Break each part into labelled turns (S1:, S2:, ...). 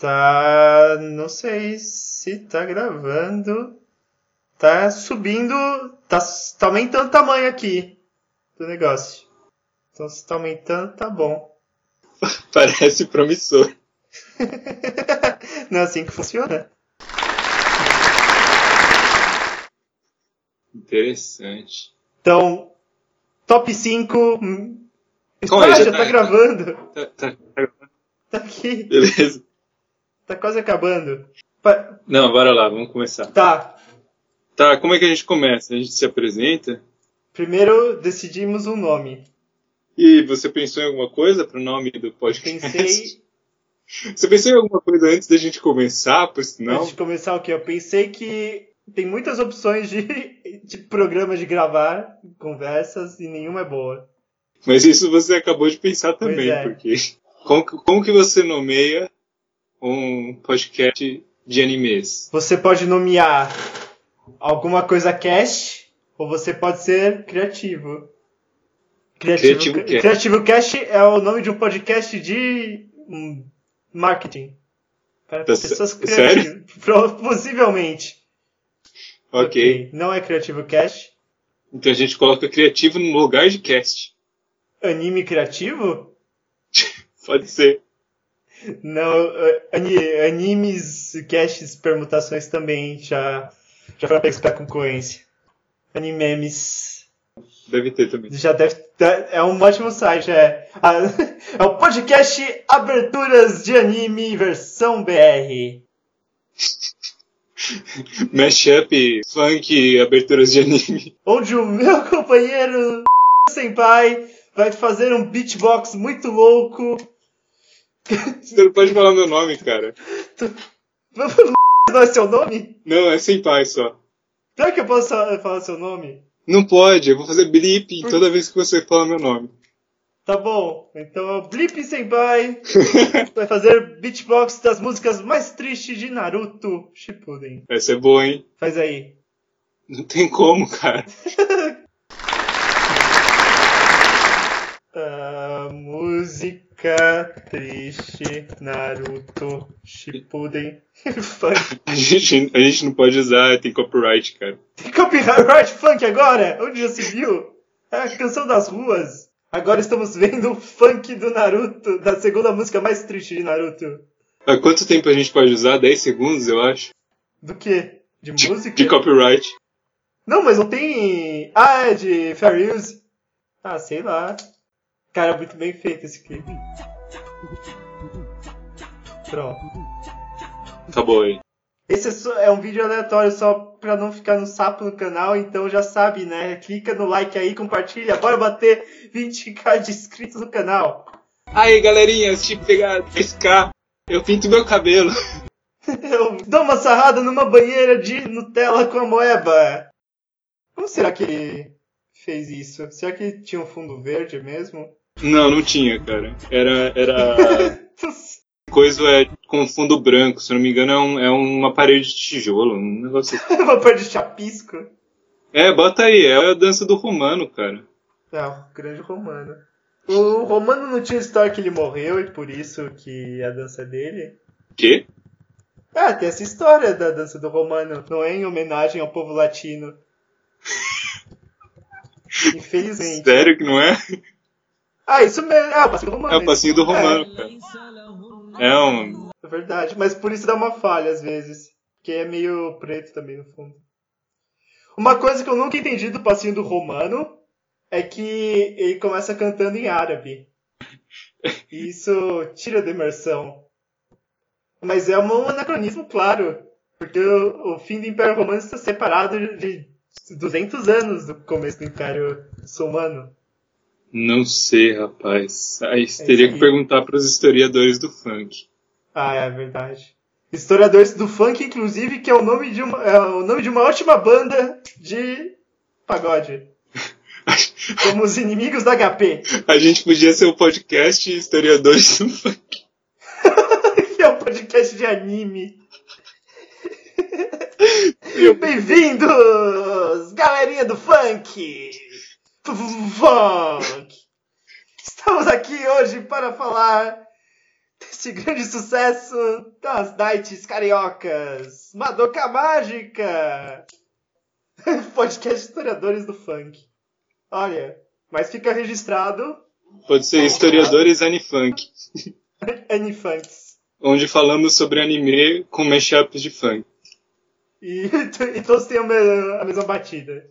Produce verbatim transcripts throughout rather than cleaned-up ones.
S1: Tá... Não sei se tá gravando. Tá subindo... Tá, tá aumentando o tamanho aqui do negócio. Então se tá aumentando, tá bom.
S2: Parece promissor.
S1: Não é assim que funciona.
S2: Interessante.
S1: Então, top cinco...
S2: Calma aí,
S1: Ah,
S2: já
S1: já
S2: tá-
S1: tá gravando.
S2: Tá, tá, tá.
S1: Tá aqui.
S2: Beleza.
S1: Tá quase acabando. Pa-
S2: Não, bora lá, vamos começar.
S1: Tá.
S2: Tá, como é que a gente começa? A gente se apresenta?
S1: Primeiro decidimos um nome.
S2: E você pensou em alguma coisa pro nome do podcast?
S1: Pensei...
S2: Você pensou em alguma coisa antes da gente começar, por sinal?
S1: Antes de começar o quê? Eu pensei que tem muitas opções de, de programa de gravar conversas e nenhuma é boa.
S2: Mas isso você acabou de pensar
S1: Pois
S2: também,
S1: é.
S2: porque... Como, que- como que você nomeia um podcast de animes?
S1: Você pode nomear alguma coisa cast ou você pode ser criativo.
S2: Criativo
S1: Ca-
S2: Cast.
S1: Criativo Cast é o nome de um podcast de hum, marketing. Para
S2: Tá
S1: pessoas
S2: sé-
S1: criativas. Pro- Possivelmente.
S2: Ok.
S1: Não é Criativo Cast.
S2: Então a gente coloca criativo no lugar de cast.
S1: Anime criativo?
S2: Pode ser.
S1: Não, eh, ani- animes, casts, permutações também já, já foram pegos pra concorrência. Animemes.
S2: Deve ter também.
S1: Já deve ter, é um ótimo site, é. Ah, é o podcast Aberturas de Anime versão B R.
S2: Mashup, funk, aberturas de anime.
S1: Onde o meu companheiro Senpai vai fazer um beatbox muito louco.
S2: Você não pode falar meu nome, cara.
S1: Não é seu nome?
S2: Não, é senpai só.
S1: Será que eu posso falar seu nome?
S2: Não pode, eu vou fazer blip toda vez que você fala meu nome.
S1: Tá bom, então é o Blip Senpai vai fazer beatbox das músicas mais tristes de Naruto Shippuden.
S2: Essa é boa, hein?
S1: Faz aí.
S2: Não tem como, cara.
S1: Ah, música triste Naruto Shippuden. Funk.
S2: A gente, a gente não pode usar, tem copyright, cara.
S1: Tem copyright funk agora? Onde já se viu? É a canção das ruas. Agora estamos vendo o funk do Naruto, da segunda música mais triste de Naruto.
S2: Há quanto tempo a gente pode usar? dez segundos, eu acho.
S1: Do quê? De
S2: De,
S1: música?
S2: de copyright.
S1: Não, mas não tem... Ah, é de Fair Use. Ah, sei lá. Cara, muito bem feito esse clipe. Pronto.
S2: Acabou aí.
S1: Esse é, só- é um vídeo aleatório só pra não ficar no sapo no canal, então já sabe, né? Clica no like aí, compartilha. Bora bater vinte k de inscritos no canal.
S2: Aí, galerinha, se pegar dez k, eu pinto meu cabelo.
S1: Eu dou uma sarrada numa banheira de Nutella com a moeba. Como será que ele fez isso? Será que tinha um fundo verde mesmo?
S2: Não, não tinha, cara. Era... era... Coisa é com fundo branco, se eu não me engano, é, um, é uma parede de tijolo, um negócio assim.
S1: Uma parte de chapisco.
S2: É, bota aí, é a dança do romano, cara.
S1: É, o grande Romano. O Romano não tinha história que ele morreu e por isso que a dança dele...
S2: Quê?
S1: Ah, tem essa história da dança do Romano. Não é em homenagem ao povo latino. Infelizmente.
S2: Sério que não é?
S1: Ah, isso mesmo. Ah, o passinho do Romano.
S2: É o passinho do romano, cara. É um...
S1: É verdade, mas por isso dá uma falha às vezes. Porque é meio preto também no fundo. Uma coisa que eu nunca entendi do passinho do Romano é que ele começa cantando em árabe. E isso tira da imersão. Mas é um anacronismo, claro. Porque o, o fim do Império Romano está separado de duzentos anos do começo do Império Muçulmano.
S2: Não sei, rapaz. Aí
S1: É
S2: teria
S1: isso
S2: que
S1: aí.
S2: perguntar pros historiadores do funk.
S1: Ah, é verdade. Historiadores do funk, inclusive, que é o nome de uma, é o nome de uma ótima banda de pagode. Como os inimigos da H P.
S2: A gente podia ser o podcast historiadores do funk.
S1: Que é um podcast de anime. Bem-vindos, galerinha do funk. Funk. Estamos aqui hoje para falar desse esse grande sucesso das nights cariocas. Madoka Mágica. Podcast Historiadores do Funk. Olha, mas fica registrado...
S2: Pode ser Historiadores Anifunk.
S1: Anifunks.
S2: Onde falamos sobre anime com mashups de funk.
S1: E, e todos têm a mesma, a mesma batida.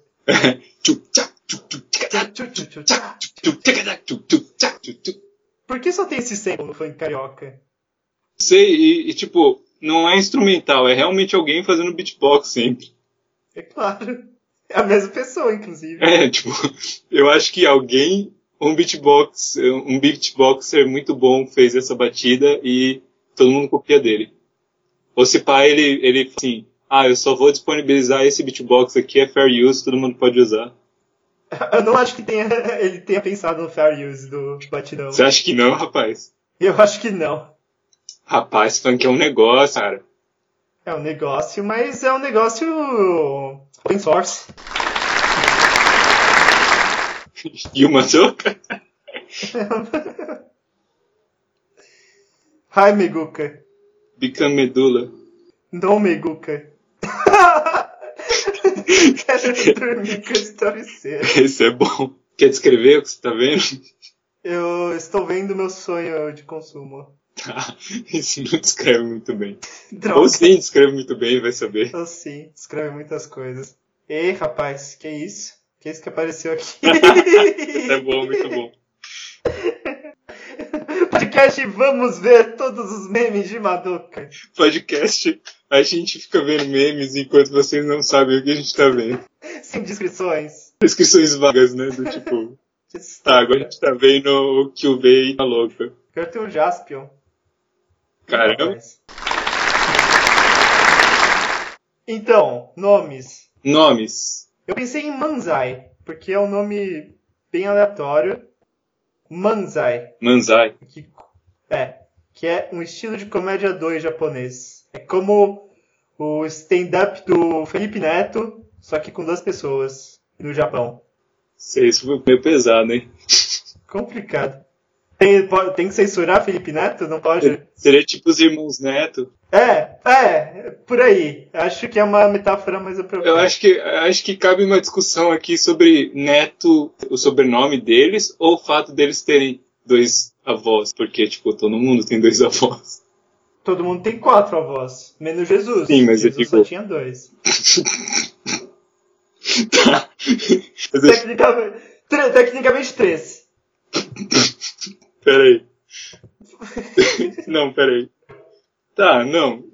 S1: Por que só tem esse sample no funk carioca?
S2: Sei, e, e tipo, não é instrumental, é realmente alguém fazendo beatbox sempre.
S1: É claro. É a mesma pessoa, inclusive.
S2: É, tipo, eu acho que alguém, um beatbox, um beatboxer muito bom fez essa batida e todo mundo copia dele. Ou se pá, ele, ele assim, ah, eu só vou disponibilizar esse beatbox aqui, é fair use, todo mundo pode usar.
S1: Eu não acho que tenha, ele tenha pensado no fair use do batidão.
S2: Você acha que não, rapaz?
S1: Eu acho que não.
S2: Rapaz, funk é um negócio, cara.
S1: É um negócio, mas é um negócio open source.
S2: E uma soca?
S1: Hi, Meguka.
S2: Become Medula.
S1: Não, Meguka. Quero dormir com esse travesseiro.
S2: Esse é bom. Quer descrever o que você tá vendo?
S1: Eu estou vendo meu sonho de consumo.
S2: Tá, isso não descreve muito bem.
S1: Droga.
S2: Ou sim, descreve muito bem, vai saber.
S1: Ou sim, descreve muitas coisas. Ei, rapaz, que isso? Que isso que apareceu aqui?
S2: Isso é bom, muito bom.
S1: Podcast, vamos ver todos os memes de Madoka.
S2: Podcast, a gente fica vendo memes enquanto vocês não sabem o que a gente tá vendo.
S1: Sem descrições.
S2: Descrições vagas, né? Do tipo... Tá, agora a gente tá vendo o que o Vei tá louca.
S1: Quero ter o Jaspion.
S2: Caramba.
S1: Então, nomes.
S2: Nomes.
S1: Eu pensei em Manzai, porque é um nome bem aleatório. Manzai.
S2: Manzai.
S1: Que, é, que é um estilo de comédia dois japonês. É como o stand-up do Felipe Neto, só que com duas pessoas no Japão.
S2: Sei, isso foi meio pesado, hein?
S1: Complicado. Tem, pode, tem que censurar Felipe Neto? Não pode?
S2: Seria tipo os irmãos Neto.
S1: É, é, por aí. Acho que é uma metáfora mais apropriada.
S2: Eu acho que, acho que cabe uma discussão aqui sobre Neto, o sobrenome deles, ou o fato deles terem dois avós. Porque, tipo, todo mundo tem dois avós.
S1: Todo mundo tem quatro avós, menos Jesus.
S2: Sim, mas
S1: Jesus
S2: eu digo...
S1: só tinha dois.
S2: Tá.
S1: Tecnicamente, tr- tecnicamente três.
S2: Peraí. Não, peraí. Tá, não.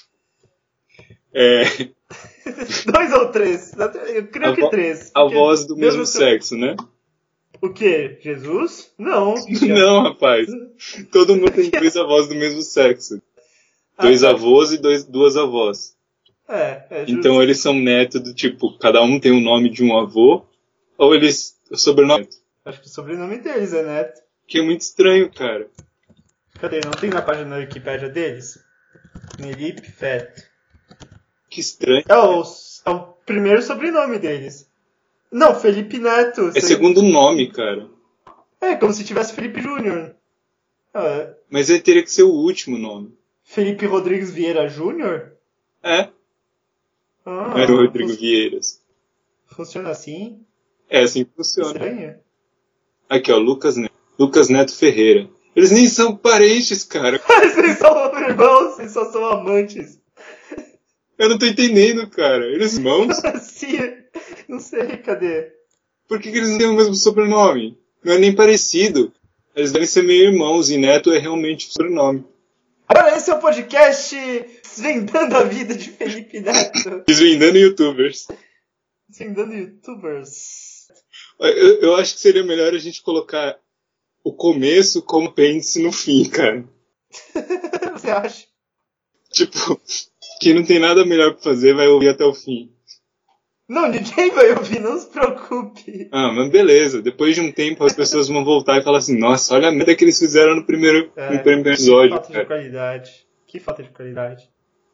S2: É...
S1: Dois ou três? Eu creio
S2: a
S1: que
S2: vo-
S1: três.
S2: A
S1: porque
S2: voz do mesmo
S1: Deus
S2: sexo, né?
S1: O quê? Jesus? Não.
S2: Não, rapaz. Todo mundo tem dois avós do mesmo sexo.
S1: Ah,
S2: Dois
S1: tá.
S2: avós e dois, duas avós.
S1: É, é justo.
S2: Então eles são netos do tipo, cada um tem o nome de um avô, ou eles, o sobrenome.
S1: Acho que o sobrenome deles é Neto.
S2: Que é muito estranho, cara.
S1: Cadê? Não tem na página da Wikipédia deles? Nelipe Feto.
S2: Que estranho.
S1: É o, é o primeiro sobrenome deles. Não, Felipe Neto.
S2: É segundo nome, cara.
S1: É, como se tivesse Felipe Júnior. Ah,
S2: Mas ele teria que ser o último nome.
S1: Felipe Rodrigues Vieira Júnior?
S2: É,
S1: Ah,
S2: não era o Rodrigo
S1: fun-
S2: Vieiras.
S1: Funciona assim?
S2: É assim que funciona.
S1: Estranho.
S2: Aqui, ó, Lucas Neto. Lucas Neto Ferreira. Eles nem são parentes, cara.
S1: Vocês são irmãos, vocês só são amantes.
S2: Eu não tô entendendo, cara. Eles são irmãos?
S1: Sim, não sei, cadê?
S2: Por que, que eles não têm o mesmo sobrenome? Não é nem parecido. Eles devem ser meio irmãos e Neto é realmente o sobrenome.
S1: Agora esse é o podcast Desvendando a Vida de Felipe Neto.
S2: Desvendando youtubers.
S1: Desvendando youtubers.
S2: Eu, eu acho que seria melhor a gente colocar o começo como apêndice no fim, cara.
S1: Você acha?
S2: Tipo, quem não tem nada melhor pra fazer vai ouvir até o fim.
S1: Não, ninguém vai ouvir, não se preocupe.
S2: Ah, mas beleza. Depois de um tempo as pessoas vão voltar e falar assim, nossa, olha a merda que eles fizeram no primeiro,
S1: É,
S2: no primeiro
S1: Que
S2: episódio,
S1: falta de
S2: cara.
S1: qualidade. Que falta de qualidade.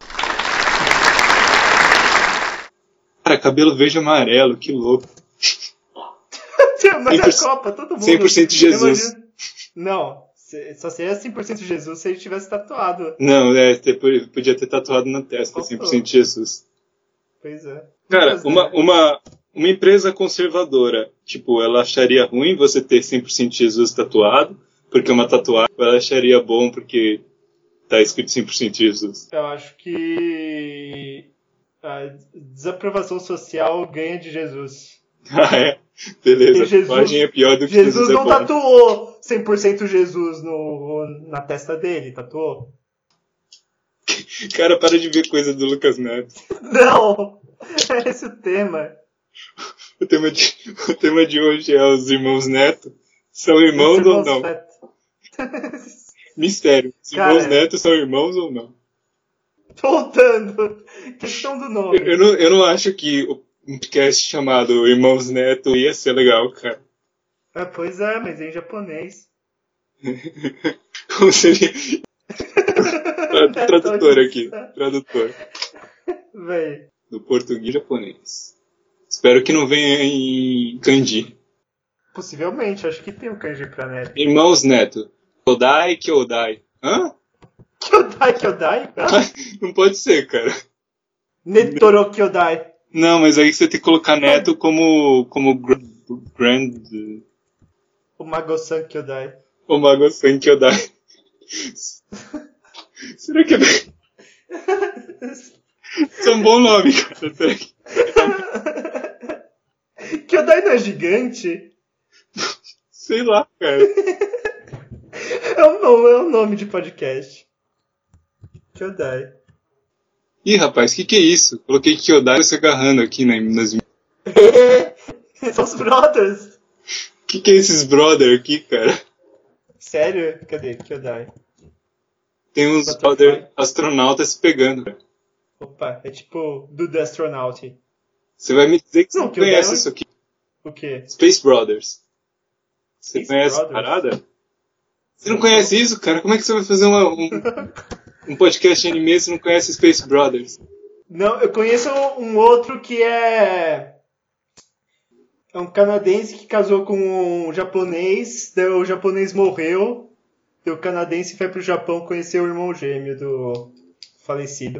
S2: Cara, cabelo verde e amarelo, que louco.
S1: Mas
S2: cem por cento
S1: é Copa, todo mundo.
S2: cem por cento Jesus.
S1: Imagina- Não, Só seria cem por cento Jesus se ele tivesse tatuado.
S2: Não, é, ter, podia ter tatuado na testa cem por cento Jesus.
S1: Pois é.
S2: Cara,
S1: Mas,
S2: uma,
S1: né?
S2: uma, uma empresa conservadora, tipo, ela acharia ruim você ter cem por cento Jesus tatuado, porque é uma tatuagem, ou ela acharia bom porque tá escrito cem por cento Jesus?
S1: Eu acho que a desaprovação social ganha de Jesus.
S2: Ah, é? Beleza, a
S1: Jesus,
S2: tatuagem é pior do que
S1: Jesus
S2: Jesus é
S1: não
S2: bom.
S1: tatuou cem por cento Jesus no, na testa dele, tatuou?
S2: Cara, para de ver coisa do Lucas Neto.
S1: Não! É esse o tema.
S2: O tema de, o tema de hoje é os irmãos Neto. São irmãos
S1: Os
S2: ou
S1: irmãos
S2: não?
S1: Neto.
S2: Mistério. Os
S1: Cara,
S2: irmãos Neto são irmãos ou não?
S1: Voltando. Questão do nome.
S2: Eu, eu, não, eu não acho que o um podcast chamado Irmãos Neto ia ser legal, cara.
S1: Ah, pois é, mas é em japonês.
S2: Como seria? Tradutor aqui. Tradutor.
S1: Véi.
S2: Do português e japonês. Espero que não venha em kanji.
S1: Possivelmente, acho que tem um kanji pra Neto.
S2: Irmãos Neto. Kyodai, Kyodai. Hã?
S1: Kyodai, Kyodai? Hã?
S2: Não pode ser, cara.
S1: Netoro Kyodai.
S2: Não, mas aí você tem que colocar Neto como, como gra- Grand...
S1: O Mago-san Kyodai.
S2: O Mago-san Kyodai. Será que é... Isso é um bom nome, cara. Será que...
S1: Kyodai não é gigante?
S2: Sei lá, cara.
S1: É um nome, é um nome de podcast. Kyodai.
S2: Ih, rapaz, o que que é isso? Coloquei Kyodai se agarrando aqui né, nas...
S1: São os brothers.
S2: O que que é esses brother aqui, cara?
S1: Sério? Cadê? Kyodai.
S2: Tem uns
S1: Butterfly.
S2: brother astronautas se pegando, cara.
S1: Opa, é tipo do The Astronaut.
S2: Você vai me dizer que você
S1: Não,
S2: não
S1: Kyodai
S2: conhece
S1: é um-
S2: isso aqui.
S1: O quê?
S2: Space Brothers. Você
S1: Space
S2: conhece a
S1: Brothers?
S2: parada? Você não conhece isso, cara? Como é que você vai fazer uma, um, um podcast de anime se não conhece Space Brothers?
S1: Não, eu conheço um outro que é... É um canadense que casou com um japonês, daí o japonês morreu, e o canadense foi pro Japão conhecer o irmão gêmeo do falecido.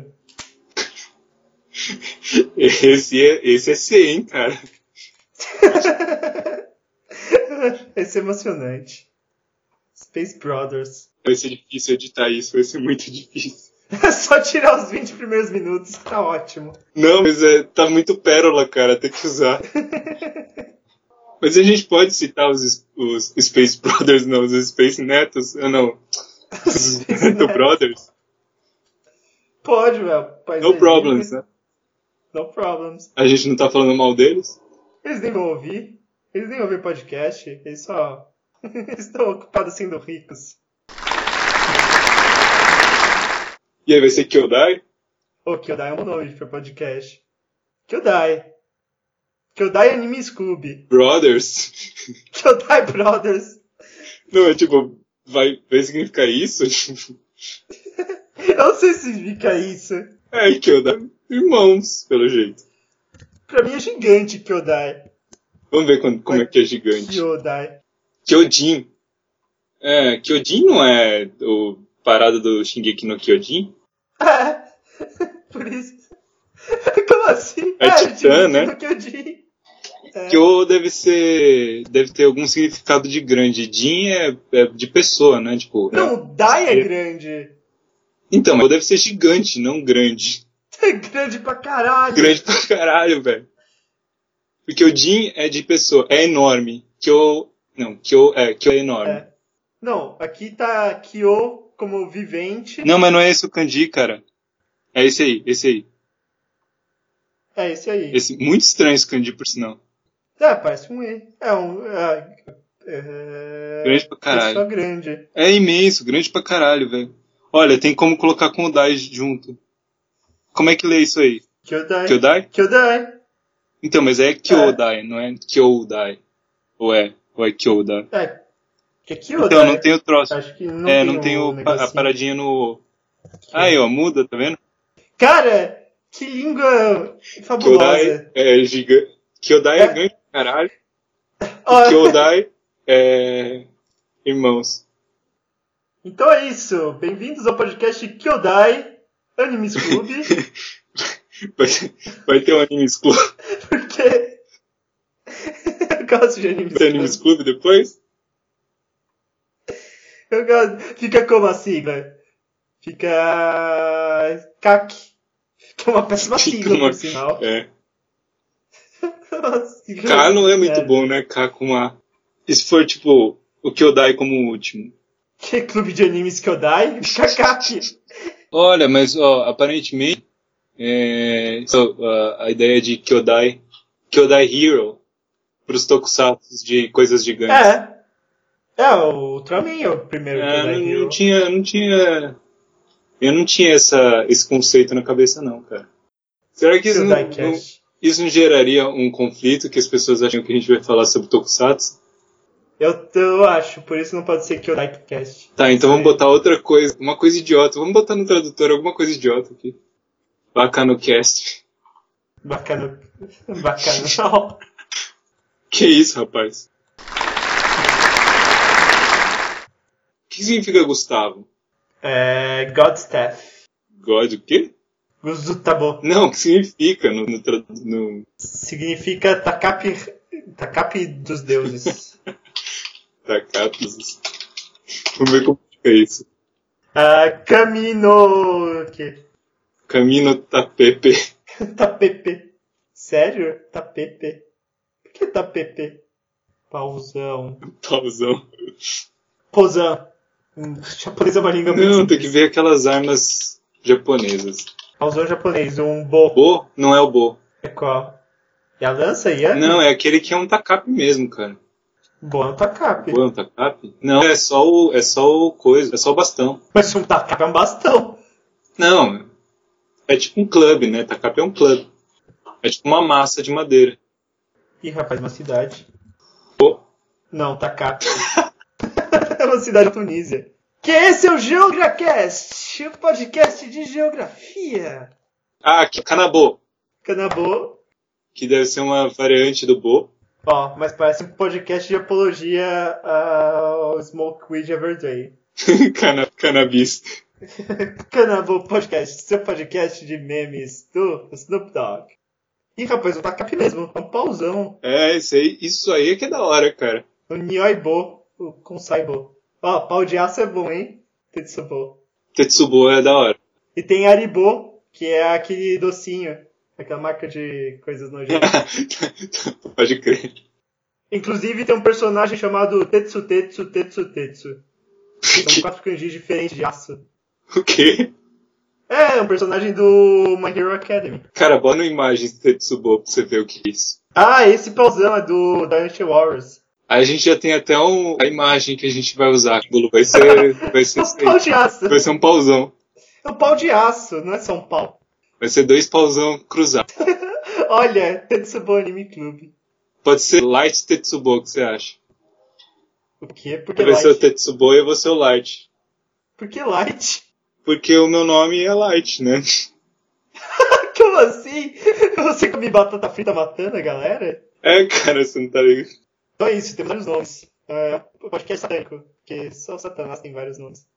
S2: Esse é, esse é C, hein, cara?
S1: Esse é emocionante. Space Brothers.
S2: Vai ser difícil editar isso, vai ser muito difícil.
S1: É só tirar os vinte primeiros minutos, tá ótimo.
S2: Não, mas é, tá muito pérola, cara, tem que usar. Mas a gente pode citar os, os Space Brothers, não, os Space Netos, ou não, os Neto Brothers.
S1: Pode, velho. País
S2: No
S1: é
S2: problems,
S1: livre.
S2: né?
S1: No problems.
S2: A gente não tá falando mal deles?
S1: Eles nem vão ouvir. Eles nem ouvem podcast. Eles só... Eles estão ocupados sendo ricos.
S2: E aí vai ser Kyodai?
S1: Ô, Kyodai é um nome pra podcast. Kyodai. Kyodai Anime Scooby.
S2: Brothers?
S1: Kyodai Brothers.
S2: Não, é tipo, vai, vai significar isso?
S1: Eu não sei se significa isso.
S2: É, Kyodai. Irmãos, pelo jeito.
S1: Pra mim é gigante Kyodai.
S2: Vamos ver quando, como é que é gigante.
S1: Kyodai.
S2: Kyojin. É, Kyojin não é o parada do Shingeki no Kyojin?
S1: É. Por isso. Como assim?
S2: É titã, né?
S1: No Kyojin. É.
S2: Kyo deve ser. Deve ter algum significado de grande. Jin é, é de pessoa, né? Tipo, é-
S1: Não, Dai é grande.
S2: Então, mas deve ser gigante, não grande.
S1: É grande pra caralho.
S2: Grande pra caralho, velho. Porque o Jin é de pessoa, é enorme. Kyo. Não, Kyo é, Kyo é enorme.
S1: É. Não, aqui tá Kyo como vivente.
S2: Não, mas não é esse o kanji, cara. É esse aí, esse aí.
S1: É esse aí.
S2: Esse, muito estranho esse kanji, por sinal.
S1: É, parece um E. É um. É, é...
S2: Grande pra caralho.
S1: Pessoa grande.
S2: É imenso, grande pra caralho, velho. Olha, tem como colocar com o Dai junto. Como é que lê isso aí?
S1: Kyodai.
S2: Kyodai?
S1: Kyodai.
S2: Então, mas é Kyodai, não é Kyodai. Ou é? Ou é Kyodai?
S1: É. Que é Kyodai.
S2: Então, não tem o troço.
S1: Acho que não
S2: é,
S1: tem
S2: não tem
S1: o
S2: o, a
S1: negocinho.
S2: paradinha no... Aí, ó, muda, tá vendo?
S1: Cara, que língua fabulosa.
S2: Kyodai é gigante. Kyodai é,
S1: É.
S2: grande pra caralho.
S1: Ó,
S2: Kyodai é... Irmãos.
S1: Então é isso. Bem-vindos ao podcast Kyodai Animes Club.
S2: vai, vai ter um Animes Club.
S1: Porque eu gosto de Animes
S2: Vai ter
S1: Club.
S2: Animes Club depois?
S1: Eu gosto. Fica como a sigla? Fica... C A C. Fica uma péssima
S2: Fica
S1: sigla,
S2: uma-
S1: por sinal.
S2: É.
S1: Sigla-
S2: K não é muito
S1: É.
S2: bom, né? K com A. E se for, tipo, o Kyodai como último?
S1: Que clube de animes Kyodai? Fica C A C.
S2: Olha, mas, ó, aparentemente, é, so, a, a ideia de Kyodai, Kyodai Hero, pros tokusatsu de coisas gigantes.
S1: É. É, o Ultraman é o primeiro
S2: É,
S1: Kyodai
S2: não,
S1: Hero.
S2: não tinha, não tinha, eu não tinha essa, esse conceito na cabeça não, cara. Será que isso não,
S1: Kyodai
S2: não,
S1: Cast.
S2: isso não geraria um conflito que as pessoas acham que a gente vai falar sobre tokusatsu?
S1: Eu, eu acho, por isso não pode ser Kyodai Cast.
S2: Tá, então vamos
S1: Sim.
S2: botar outra coisa, uma coisa idiota. Vamos botar no tradutor alguma coisa idiota aqui. Bacanocast.
S1: Bacana. Bacana. Não.
S2: Que isso, rapaz? O que significa Gustavo?
S1: É, Godstaff.
S2: God o quê?
S1: Guzutabo.
S2: Não, o que significa no... no, tra- no...
S1: Significa Takapi, Takapi dos deuses.
S2: Tacatos. Vamos ver como fica isso.
S1: Ah, Camino... O quê?
S2: Camino Tapepe.
S1: Tapepe. Sério? Tapepe. Por que Tapepe? Pausão.
S2: Pausão.
S1: Pozan. Hum, japonês é uma língua muito
S2: Não,
S1: simples.
S2: tem que ver aquelas armas japonesas.
S1: Pausão japonês. Um bo.
S2: Bo? Não é o Bo.
S1: É qual? É a lança aí? É?
S2: Não, é aquele que é um tacape mesmo, cara.
S1: Bo é um Takapi.
S2: Bo é um tacape? Não, é só o, é só o coisa, é só o bastão.
S1: Mas um Takapi é um bastão.
S2: Não, é tipo um clube, né? Tacape é um clube. É tipo uma massa de madeira.
S1: Ih, rapaz, uma cidade.
S2: Bo.
S1: Não, Takapi. É uma cidade da Tunísia. Que esse é o GeograCast, o podcast de geografia.
S2: Ah, aqui, Kanabo,
S1: Kanabo.
S2: que deve ser uma variante do Bo.
S1: Ó, mas parece um podcast de apologia ao Smoke Weed Everyday.
S2: Cana, cannabis.
S1: Kanabo Podcast, seu podcast de memes do Snoop Dogg. Ih, rapaz, o Takapi mesmo, é um pauzão.
S2: É, isso aí, isso aí é que é da hora, cara.
S1: O Nioibo, o Konsaibo. Ó, pau de aço é bom, hein? Tetsubo.
S2: Tetsubo é da hora.
S1: E tem Haribo, que é aquele docinho. Aquela marca de coisas nojentas.
S2: Pode crer.
S1: Inclusive tem um personagem chamado Tetsu Tetsu Tetsu Tetsu. São quatro kanjis diferentes de aço.
S2: O quê?
S1: É, é um personagem do My Hero Academy.
S2: Cara, bota uma imagem de Tetsubo pra você ver o que é isso.
S1: Ah, esse pauzão é do Dynasty Warriors.
S2: Aí a gente já tem até um, a imagem que a gente vai usar. Vai ser, vai ser,
S1: É um pau de aço.
S2: vai ser um pauzão.
S1: É um pau de aço, não é só um pau.
S2: Vai ser dois pauzão cruzados.
S1: Olha, Tetsubo Anime Club.
S2: Pode ser Light Tetsubo, o que você acha?
S1: O quê? Por que
S2: Vai ser o
S1: light?
S2: Tetsubo e eu vou ser o Light.
S1: Por que light?
S2: Porque o meu nome é Light, né?
S1: Como assim? Você come batata frita matando a galera?
S2: É, cara, você não tá ligado.
S1: Então é isso, temos vários nomes. É, o podcast satânico, porque só Satanás tem vários nomes.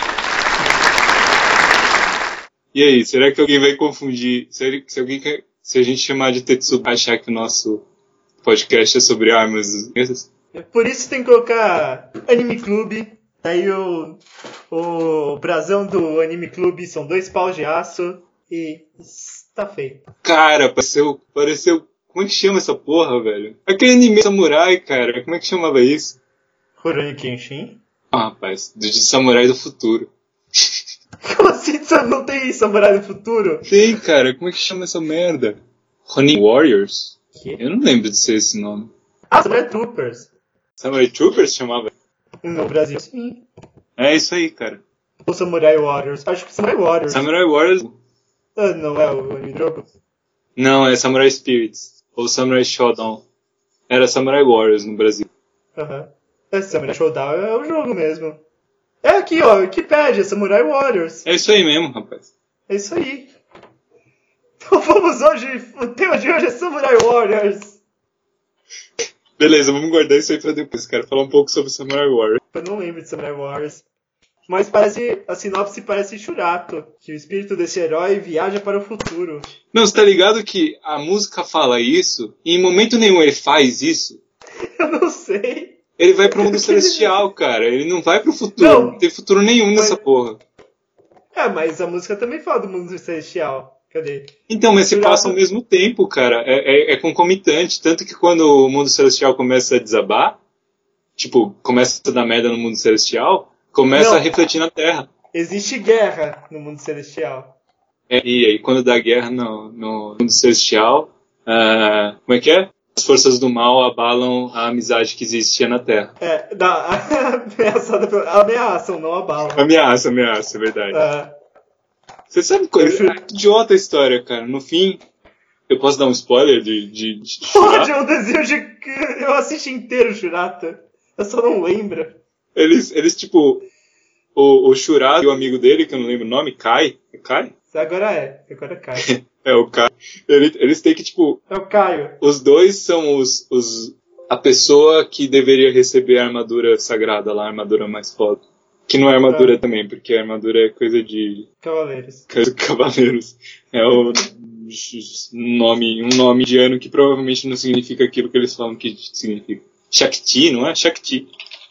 S2: E aí, será que alguém vai confundir? Se, se, alguém, quer- se a gente chamar de Tetsubo, achar que o nosso podcast é sobre armas?
S1: Por isso tem que colocar Anime Club. Daí o, o brasão do Anime Club são dois paus de aço e tá feito.
S2: Cara, pareceu, pareceu... Como é que chama essa porra, velho? Aquele anime samurai, cara. Como é que chamava isso?
S1: Rurouni Kenshin?
S2: Ah, rapaz, do de Samurai do Futuro.
S1: Como assim você não tem Samurai do Futuro?
S2: Tem, cara. Como é que chama essa merda? Ronin Warriors?
S1: Que?
S2: Eu não lembro de ser esse nome.
S1: Ah, Samurai Troopers.
S2: Samurai Troopers chamava?
S1: No Brasil, sim.
S2: É isso aí, cara.
S1: Ou Samurai Warriors. Acho que Samurai Warriors.
S2: Samurai Warriors...
S1: Ah, não é o anime jogo?
S2: Não, é Samurai Spirits. Ou Samurai Shodown. Era Samurai Warriors no Brasil.
S1: Aham. É, Samurai Showdown é o jogo mesmo. É aqui, ó, Wikipedia, Samurai Warriors.
S2: É isso aí mesmo, rapaz.
S1: É isso aí. Então vamos hoje, o tema de hoje é Samurai Warriors.
S2: Beleza, vamos guardar isso aí pra depois, cara. Falar um pouco sobre Samurai Warriors.
S1: Eu não lembro de Samurai Warriors. Mas parece, a sinopse parece Churato, que o espírito desse herói viaja para o futuro.
S2: Não, você tá ligado que a música fala isso e em momento nenhum ele faz isso?
S1: Eu não sei.
S2: Ele vai pro mundo celestial, cara. Ele não vai pro futuro.
S1: Não,
S2: não tem futuro nenhum
S1: mas...
S2: nessa porra.
S1: É, mas a música também fala do mundo celestial. Cadê?
S2: Então, mas se
S1: Churato...
S2: passa ao mesmo tempo, cara. É, é, é concomitante. Tanto que quando o mundo celestial começa a desabar, tipo, começa a dar merda no mundo celestial, começa
S1: não,
S2: a refletir na Terra.
S1: Existe guerra no mundo celestial.
S2: É, e aí, quando dá guerra no, no mundo celestial, uh, como é que é? As forças do mal abalam a amizade que existia na Terra.
S1: É, da, ameaçada pela, ameaçam, não abalam.
S2: Ameaça, ameaça, é verdade.
S1: É.
S2: Você sabe coisa? É idiota a história, cara. No fim, eu posso dar um spoiler de, de, de
S1: Pode, é um desenho de... Eu assisti inteiro, Churata. Eu só não lembro.
S2: Eles, eles tipo... O, o Churato e o amigo dele, que eu não lembro o nome, Kai. É Kai?
S1: Agora é. Agora é Caio.
S2: É, o Kai. Eles, eles têm que, tipo...
S1: É o Caio.
S2: Os dois são os, os... A pessoa que deveria receber a armadura sagrada lá, a armadura mais foda. Que não é armadura é. também, porque a armadura é coisa de...
S1: Cavaleiros.
S2: Coisa de cavaleiros. É o nome, um nome indiano que provavelmente não significa aquilo que eles falam que significa. Shakti, não é? Shakti.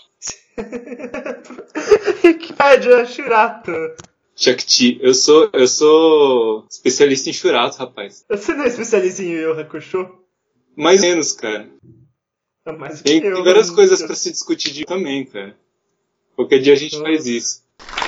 S1: Wikipédia, Churato.
S2: Shakti. Eu sou, eu sou especialista em Churato, rapaz.
S1: Você não é especialista em Yu Yu Hakusho?
S2: Mais ou menos, cara.
S1: Não, mais
S2: tem,
S1: que eu,
S2: tem várias
S1: não...
S2: coisas pra se discutir de também, cara. Qualquer dia a gente Nossa. faz isso.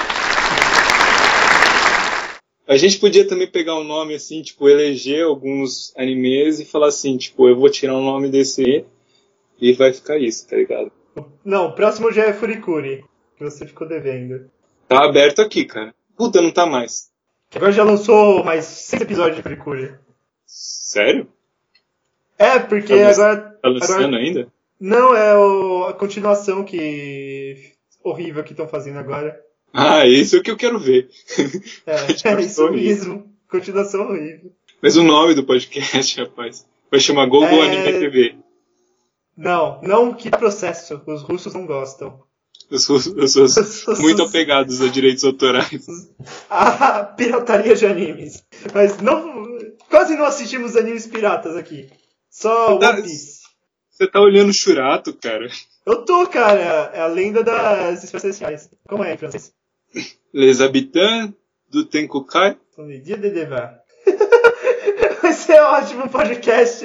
S2: A gente podia também pegar um nome assim, tipo, eleger alguns animes e falar assim, tipo, eu vou tirar o um nome desse e vai ficar isso, tá ligado?
S1: Não, o próximo já é Furikuri, que você ficou devendo.
S2: Tá aberto aqui, cara. Puta, não tá mais.
S1: Agora já lançou mais seis episódios de Furikuri.
S2: Sério?
S1: É, porque
S2: tá
S1: agora...
S2: Tá lançando
S1: agora...
S2: ainda?
S1: Não, é o... a continuação que... horrível que estão fazendo agora.
S2: Ah, isso é o que eu quero ver.
S1: É, é isso mesmo. Continuação horrível.
S2: Mas o nome do podcast, rapaz, vai chamar Gogo é... Anime T V.
S1: Não, não que processo. Os russos não gostam.
S2: Os russos, os russos muito apegados a direitos autorais.
S1: A pirataria de animes. Mas não, quase não assistimos animes piratas aqui. Só
S2: tá,
S1: One Piece.
S2: Você tá olhando Churato, cara?
S1: Eu tô, cara. É a lenda das esferas celestiais. Como é em francês?
S2: Les habitants do Tenkukai.
S1: Dia de Deva. Vai ser ótimo um podcast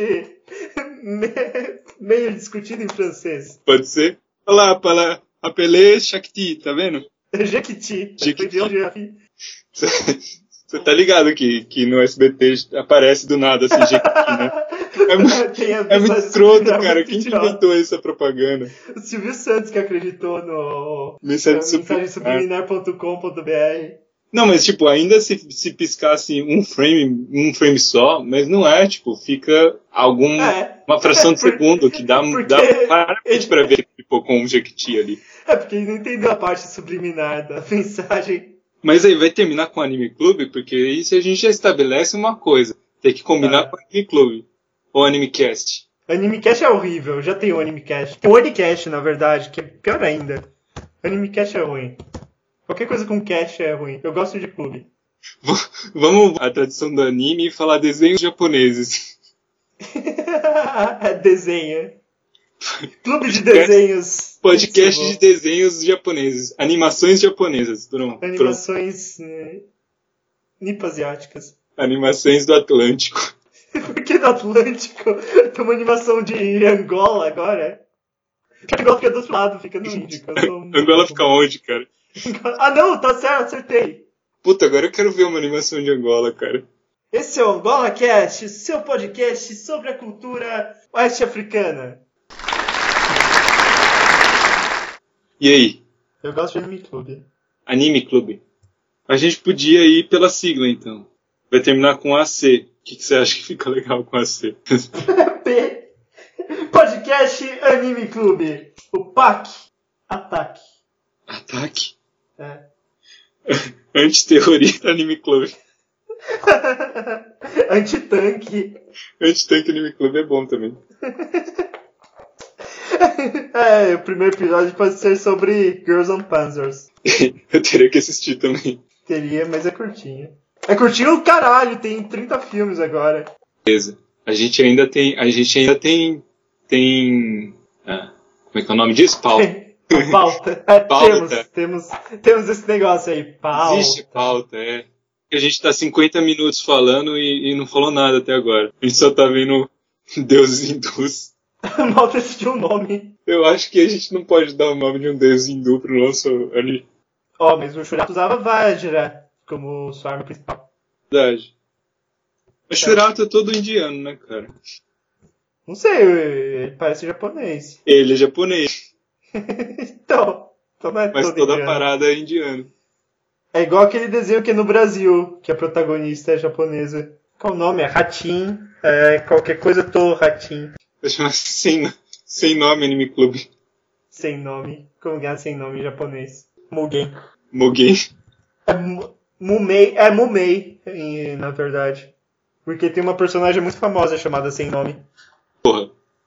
S1: meio discutido em francês.
S2: Pode ser? Olha lá, para apelé Shakti, tá vendo?
S1: Jequiti. Jequiti.
S2: Você tá ligado que, que no S B T aparece do nada assim, Jequiti, né? É muito, é muito escroto, cara. Quem que inventou essa propaganda?
S1: O Silvio Santos que acreditou no
S2: mensagem
S1: subliminar ponto com ponto b r.
S2: Não, mas tipo, ainda se, se piscasse um frame, um frame só, mas não é, tipo, fica algum, é, uma fração é, de por, segundo que dá, dá claramente pra ver que ficou com um Jequiti ali.
S1: É, porque ele não entendeu a parte subliminar da mensagem.
S2: Mas aí vai terminar com o Anime Clube, porque isso a gente já estabelece uma coisa. Tem que combinar é. com o Anime Clube. Ou Animecast.
S1: Animecast é horrível, já tem o Animecast. Tem o Onicast, na verdade, que é pior ainda. Animecast é ruim. Qualquer coisa com cast é ruim. Eu gosto de clube.
S2: Vamos à tradição do anime e falar desenhos japoneses.
S1: É desenho. Clube de desenhos.
S2: Podcast de desenhos japoneses. Animações japonesas. Pronto.
S1: Animações eh, nipo-asiáticas.
S2: Animações do Atlântico.
S1: Por que do Atlântico? Tem uma animação de Angola agora. Angola fica do outro lado, fica no Índico.
S2: Angola fica onde, cara?
S1: Ah não, tá certo, acertei.
S2: Puta, agora eu quero ver uma animação de Angola, cara.
S1: Esse é o Angola Cast, seu podcast sobre a cultura oeste-africana.
S2: E aí?
S1: Eu gosto de Anime Clube.
S2: Anime Clube. A gente podia ir pela sigla, então. Vai terminar com A C. O que, que você acha que fica legal com A C?
S1: P. Podcast Anime Clube. O P A C. Ataque.
S2: Ataque?
S1: É.
S2: Antiterrorista Anime Clube.
S1: Antitanque.
S2: Antitanque Anime Clube é bom também.
S1: É, o primeiro episódio pode ser sobre Girls on Panzers.
S2: Eu teria que assistir também.
S1: Teria, mas é curtinho. É curtinho o caralho, tem trinta filmes agora.
S2: Beleza. A gente ainda tem. A gente ainda tem. Tem. Ah, como é que é o nome disso? Pauta.
S1: Pauta. É,
S2: Pauta.
S1: Temos, temos, temos esse negócio aí. Pauta.
S2: Existe pauta, é. A gente tá cinquenta minutos falando e, e não falou nada até agora. A gente só tá vendo deuses hindus.
S1: Mal decidiu o nome.
S2: Eu acho que a gente não pode dar o nome de um deus hindu pro nosso anime.
S1: Ó, oh, mas o Shurato usava Vajra como sua arma principal.
S2: Verdade. O Shurato é todo indiano, né, cara?
S1: Não sei, ele parece japonês.
S2: Ele é japonês.
S1: então, então não é
S2: mas
S1: todo
S2: toda
S1: indiano.
S2: a parada é indiana.
S1: É igual aquele desenho que é no Brasil, que a protagonista é japonesa. Qual o nome? É Hatin. É, qualquer coisa tô Hatin.
S2: Deixa eu chamar sem, sem nome Anime Clube.
S1: Sem nome. Como ganhar sem nome em japonês? Mugen.
S2: Mugen.
S1: É Mumei, é Mumei, em, na verdade. Porque tem uma personagem muito famosa chamada Sem Nome.
S2: Porra.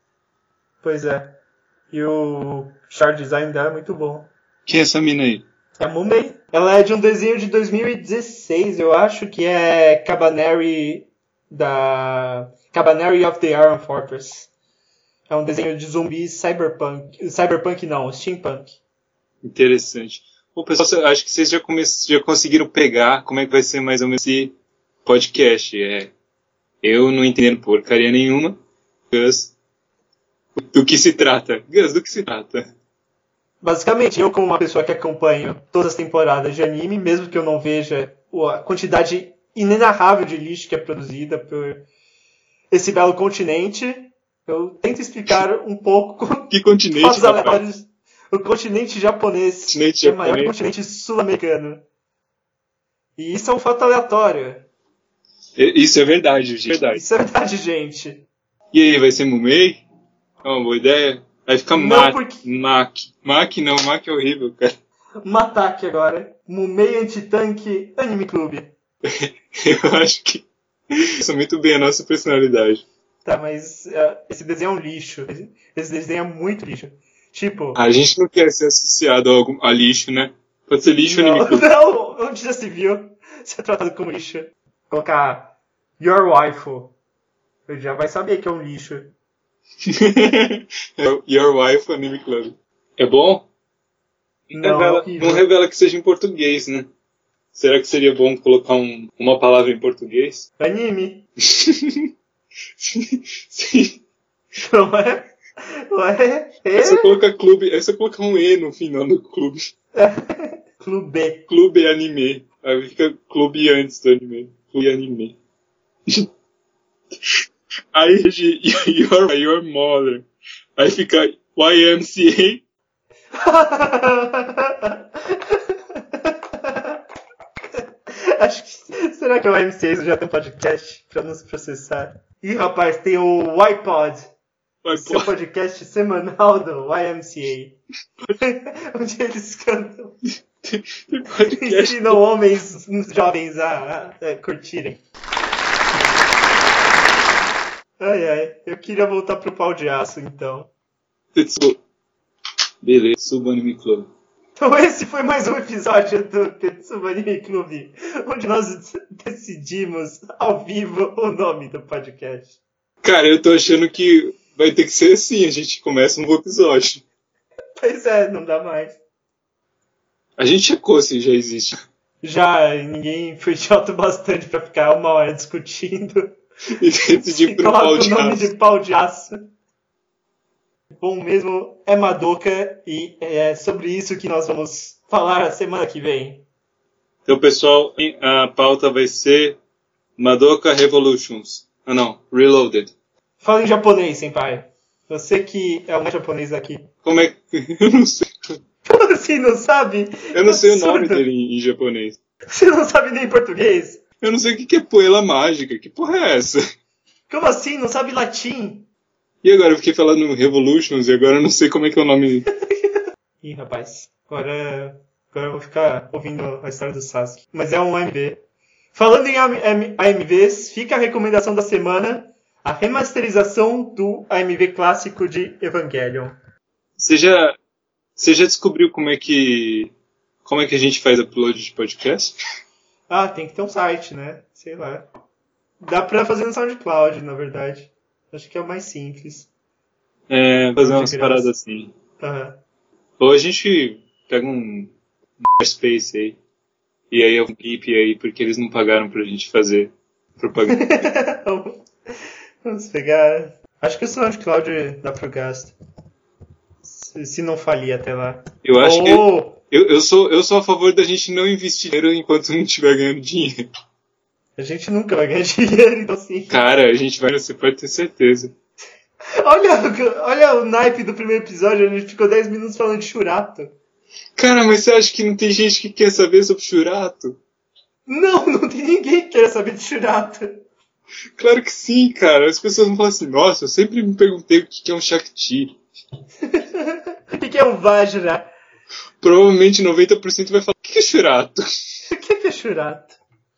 S1: Pois é. E o chart design dela é muito bom.
S2: Quem é essa mina aí?
S1: É a Mumei. Ela é de um desenho de dois mil e dezesseis, eu acho, que é Cabaneri da... Cabaneri of the Iron Fortress. É um desenho de zumbis cyberpunk. Cyberpunk não, steampunk.
S2: Interessante. Bom, pessoal, acho que vocês já, come... já conseguiram pegar como é que vai ser mais ou menos esse podcast. É... Eu não entendo porcaria nenhuma. Gus, do que se trata? Gus, do que se trata?
S1: Basicamente, eu como uma pessoa que acompanho todas as temporadas de anime, mesmo que eu não veja a quantidade inenarrável de lixo que é produzida por esse belo continente, eu tento explicar um pouco
S2: que continente,
S1: os aleatórios. O continente japonês,
S2: continente
S1: que é
S2: japonês.
S1: maior que o continente sul-americano. E isso é um fato aleatório.
S2: Isso é verdade, gente. Verdade.
S1: Isso é verdade, gente.
S2: E aí, vai ser Mumei? É uma boa ideia? Vai ficar Mac. Porque... Mac. Mac não, Mac é horrível, cara.
S1: Mataque agora. Mumei Antitanque Anime Clube.
S2: Eu acho que isso é muito bem a nossa personalidade.
S1: Tá, mas uh, esse desenho é um lixo. Esse desenho é muito lixo. Tipo...
S2: A gente não quer ser associado a, algum, a lixo, né? Pode ser lixo
S1: não,
S2: Anime Clube.
S1: Não, onde já se viu ser tratado como lixo. Colocar Your Waifu. Ele já vai saber que é um lixo.
S2: Your Wife Anime Club. É bom? Não revela, não revela que seja em português, né? Será que seria bom colocar um, uma palavra em português?
S1: Anime.
S2: Sim.
S1: Não é? Não é?
S2: É só colocar clube, é só colocar um E no final do clube.
S1: Clube.
S2: Clube Anime. Aí fica clube antes do anime. Clube Anime. Aí your, your mother. Aí fica Y M C A.
S1: Acho que... Será que o Y M C A já tem um podcast pra nos processar? Ih, rapaz, tem o Y-Pod. O seu podcast semanal do Y M C A. Onde eles cantam. Ensinam homens jovens a, a, a curtirem. Ai, ai. Eu queria voltar pro pau de aço, então.
S2: Tetsubo. Beleza, Tetsubo Anime Club.
S1: Então esse foi mais um episódio do Tetsubo Anime Club, onde nós decidimos ao vivo o nome do podcast.
S2: Cara, eu tô achando que vai ter que ser assim, a gente começa um novo episódio.
S1: Pois é, não dá mais.
S2: A gente checou se já existe.
S1: Já, ninguém foi idiota bastante pra ficar uma hora discutindo.
S2: E decidir pro pau de aço.
S1: Coloca o nome de pau de aço. Bom mesmo é Madoka e é sobre isso que nós vamos falar a semana que vem.
S2: Então, pessoal, a pauta vai ser Madoka Revolutions. Ah, não. Reloaded.
S1: Fala em japonês, senpai. Você que é o mais japonês aqui.
S2: Como é que... Eu não sei.
S1: Como assim, não sabe?
S2: Eu não sei
S1: Absurdo.
S2: o nome dele em, em japonês.
S1: Você não sabe nem português?
S2: Eu não sei o que é poela mágica. Que porra é essa?
S1: Como assim? Não sabe latim?
S2: E agora eu fiquei falando Revolutions e agora eu não sei como é que é o nome.
S1: Ih, rapaz. Agora, agora eu vou ficar ouvindo a história do Sasuke. Mas é um A M V. Falando em A M Vs, fica a recomendação da semana. A remasterização do A M V clássico de Evangelion.
S2: Você já, você já descobriu como é que como é que a gente faz upload de podcast?
S1: Ah, tem que ter um site, né? Sei lá. Dá pra fazer no SoundCloud, na verdade. Acho que é o mais simples.
S2: É, fazer
S1: De
S2: umas
S1: graça.
S2: paradas assim.
S1: Aham.
S2: Ou a gente pega um Space aí. E aí eu keep aí, porque eles não pagaram pra gente fazer propaganda.
S1: Vamos pegar. Acho que o SoundCloud dá pro gasto. Se, se não falir até lá.
S2: Eu acho que
S1: Ou
S2: eu, eu, sou, eu sou a favor da gente não investir dinheiro enquanto não estiver ganhando dinheiro.
S1: a gente nunca vai ganhar dinheiro, então sim.
S2: Cara, a gente vai, você pode ter certeza.
S1: Olha, olha o naipe do primeiro episódio, a gente ficou dez minutos falando de churato.
S2: Cara, mas você acha que não tem gente que quer saber sobre churato?
S1: Não, não tem ninguém que queira saber de churato.
S2: Claro que sim, cara. As pessoas vão falar assim, nossa, eu sempre me perguntei o que é um Shakti.
S1: O que que é um Vajra?
S2: Provavelmente noventa por cento vai falar, o que é churato?
S1: O que que é churato?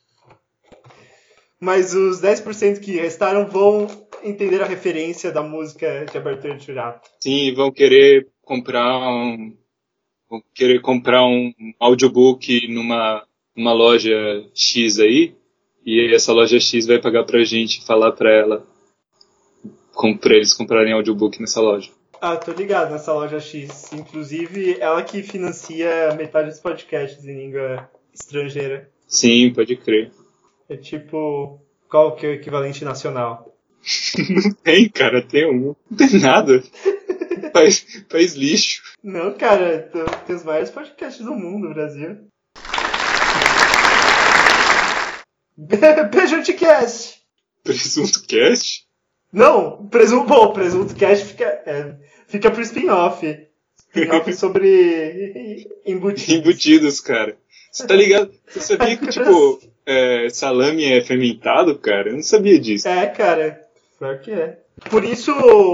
S1: Mas os dez por cento que restaram vão entender a referência da música de abertura de churato.
S2: Sim, vão querer comprar um... Vão querer comprar um audiobook numa, numa loja X aí, e essa loja X vai pagar pra gente falar pra ela, com, pra eles comprarem audiobook nessa loja.
S1: Ah, tô ligado nessa loja X. Inclusive, ela que financia metade dos podcasts em língua estrangeira.
S2: Sim, pode crer.
S1: É tipo, qual que é o equivalente nacional?
S2: Não tem, cara, tem um. Não tem nada. Faz, faz lixo.
S1: Não, cara, tem os maiores podcasts do mundo, Brasil. Prejuntcast!
S2: Presunto Cast?
S1: Não, presunto, bom, Presunto Cast fica, é, fica pro spin-off. Spin-off sobre embutidos.
S2: Embutidos, cara. Você tá ligado? Você sabia que, tipo, é, salame é fermentado, cara? Eu não sabia disso.
S1: É, cara, claro que é. Por isso...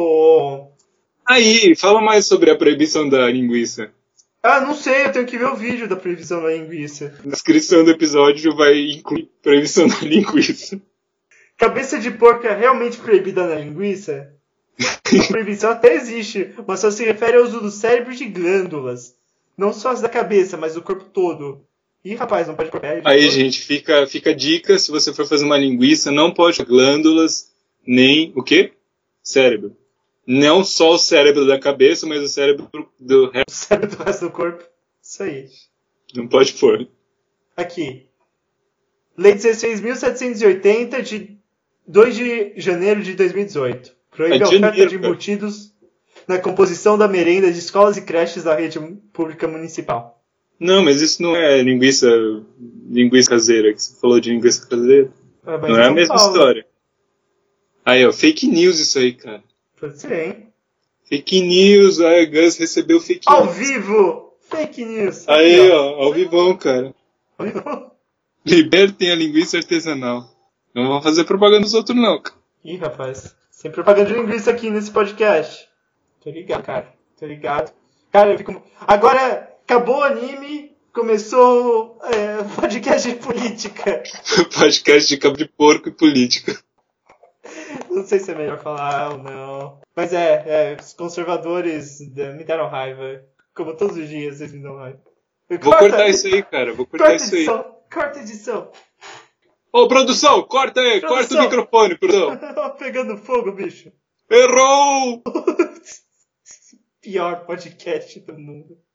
S2: Aí, fala mais sobre a proibição da linguiça.
S1: Ah, não sei, eu tenho que ver o vídeo da proibição da linguiça.
S2: Na descrição do episódio vai incluir proibição da linguiça.
S1: Cabeça de porco é realmente proibida na linguiça? A proibição até existe, mas só se refere ao uso do cérebro de glândulas. Não só as da cabeça, mas do corpo todo. Ih, rapaz, não pode comer.
S2: Aí, gente, fica, fica a dica, se você for fazer uma linguiça, não pode glândulas, nem o quê? Cérebro. Não só o cérebro da cabeça, mas o cérebro do resto.
S1: O cérebro do resto do corpo. Isso aí.
S2: Não pode pôr.
S1: Aqui. Lei dezesseis mil setecentos e oitenta, de dois de janeiro de dois mil e dezoito. Proíbe
S2: É
S1: a oferta
S2: janeiro,
S1: de
S2: cara.
S1: embutidos na composição da merenda de escolas e creches da rede pública municipal.
S2: Não, mas isso não é linguiça, linguiça caseira, que você falou de linguiça caseira.
S1: Ah, mas
S2: Não
S1: em
S2: é a
S1: São
S2: mesma
S1: Paulo.
S2: história. Aí, ó, fake news isso aí, cara.
S1: Pode ser, hein?
S2: Fake news, a Gus recebeu fake
S1: Ao
S2: news.
S1: vivo! Fake news!
S2: Aí,
S1: Aqui,
S2: ó, ao vivão, cara.
S1: Ao vivo.
S2: Libertem a linguiça artesanal. Não vão fazer propaganda dos outros, não, cara.
S1: Ih, rapaz. Sem propaganda de linguiça aqui nesse podcast. Tô ligado, cara. Tô ligado. Cara, eu fico... Agora, acabou o anime, começou é, podcast de política.
S2: Podcast de cabo de porco e política.
S1: Não sei se é melhor falar ou não. Mas é, é os conservadores me deram raiva. Como todos os dias eles me dão raiva.
S2: Vou cortar isso aí, cara. Vou cortar
S1: Corta
S2: isso aí.
S1: edição. Corta edição.
S2: Ô, produção, corta aí. Corta
S1: Produção.
S2: o microfone, produção.
S1: Pegando fogo, bicho.
S2: Errou!
S1: Pior podcast do mundo.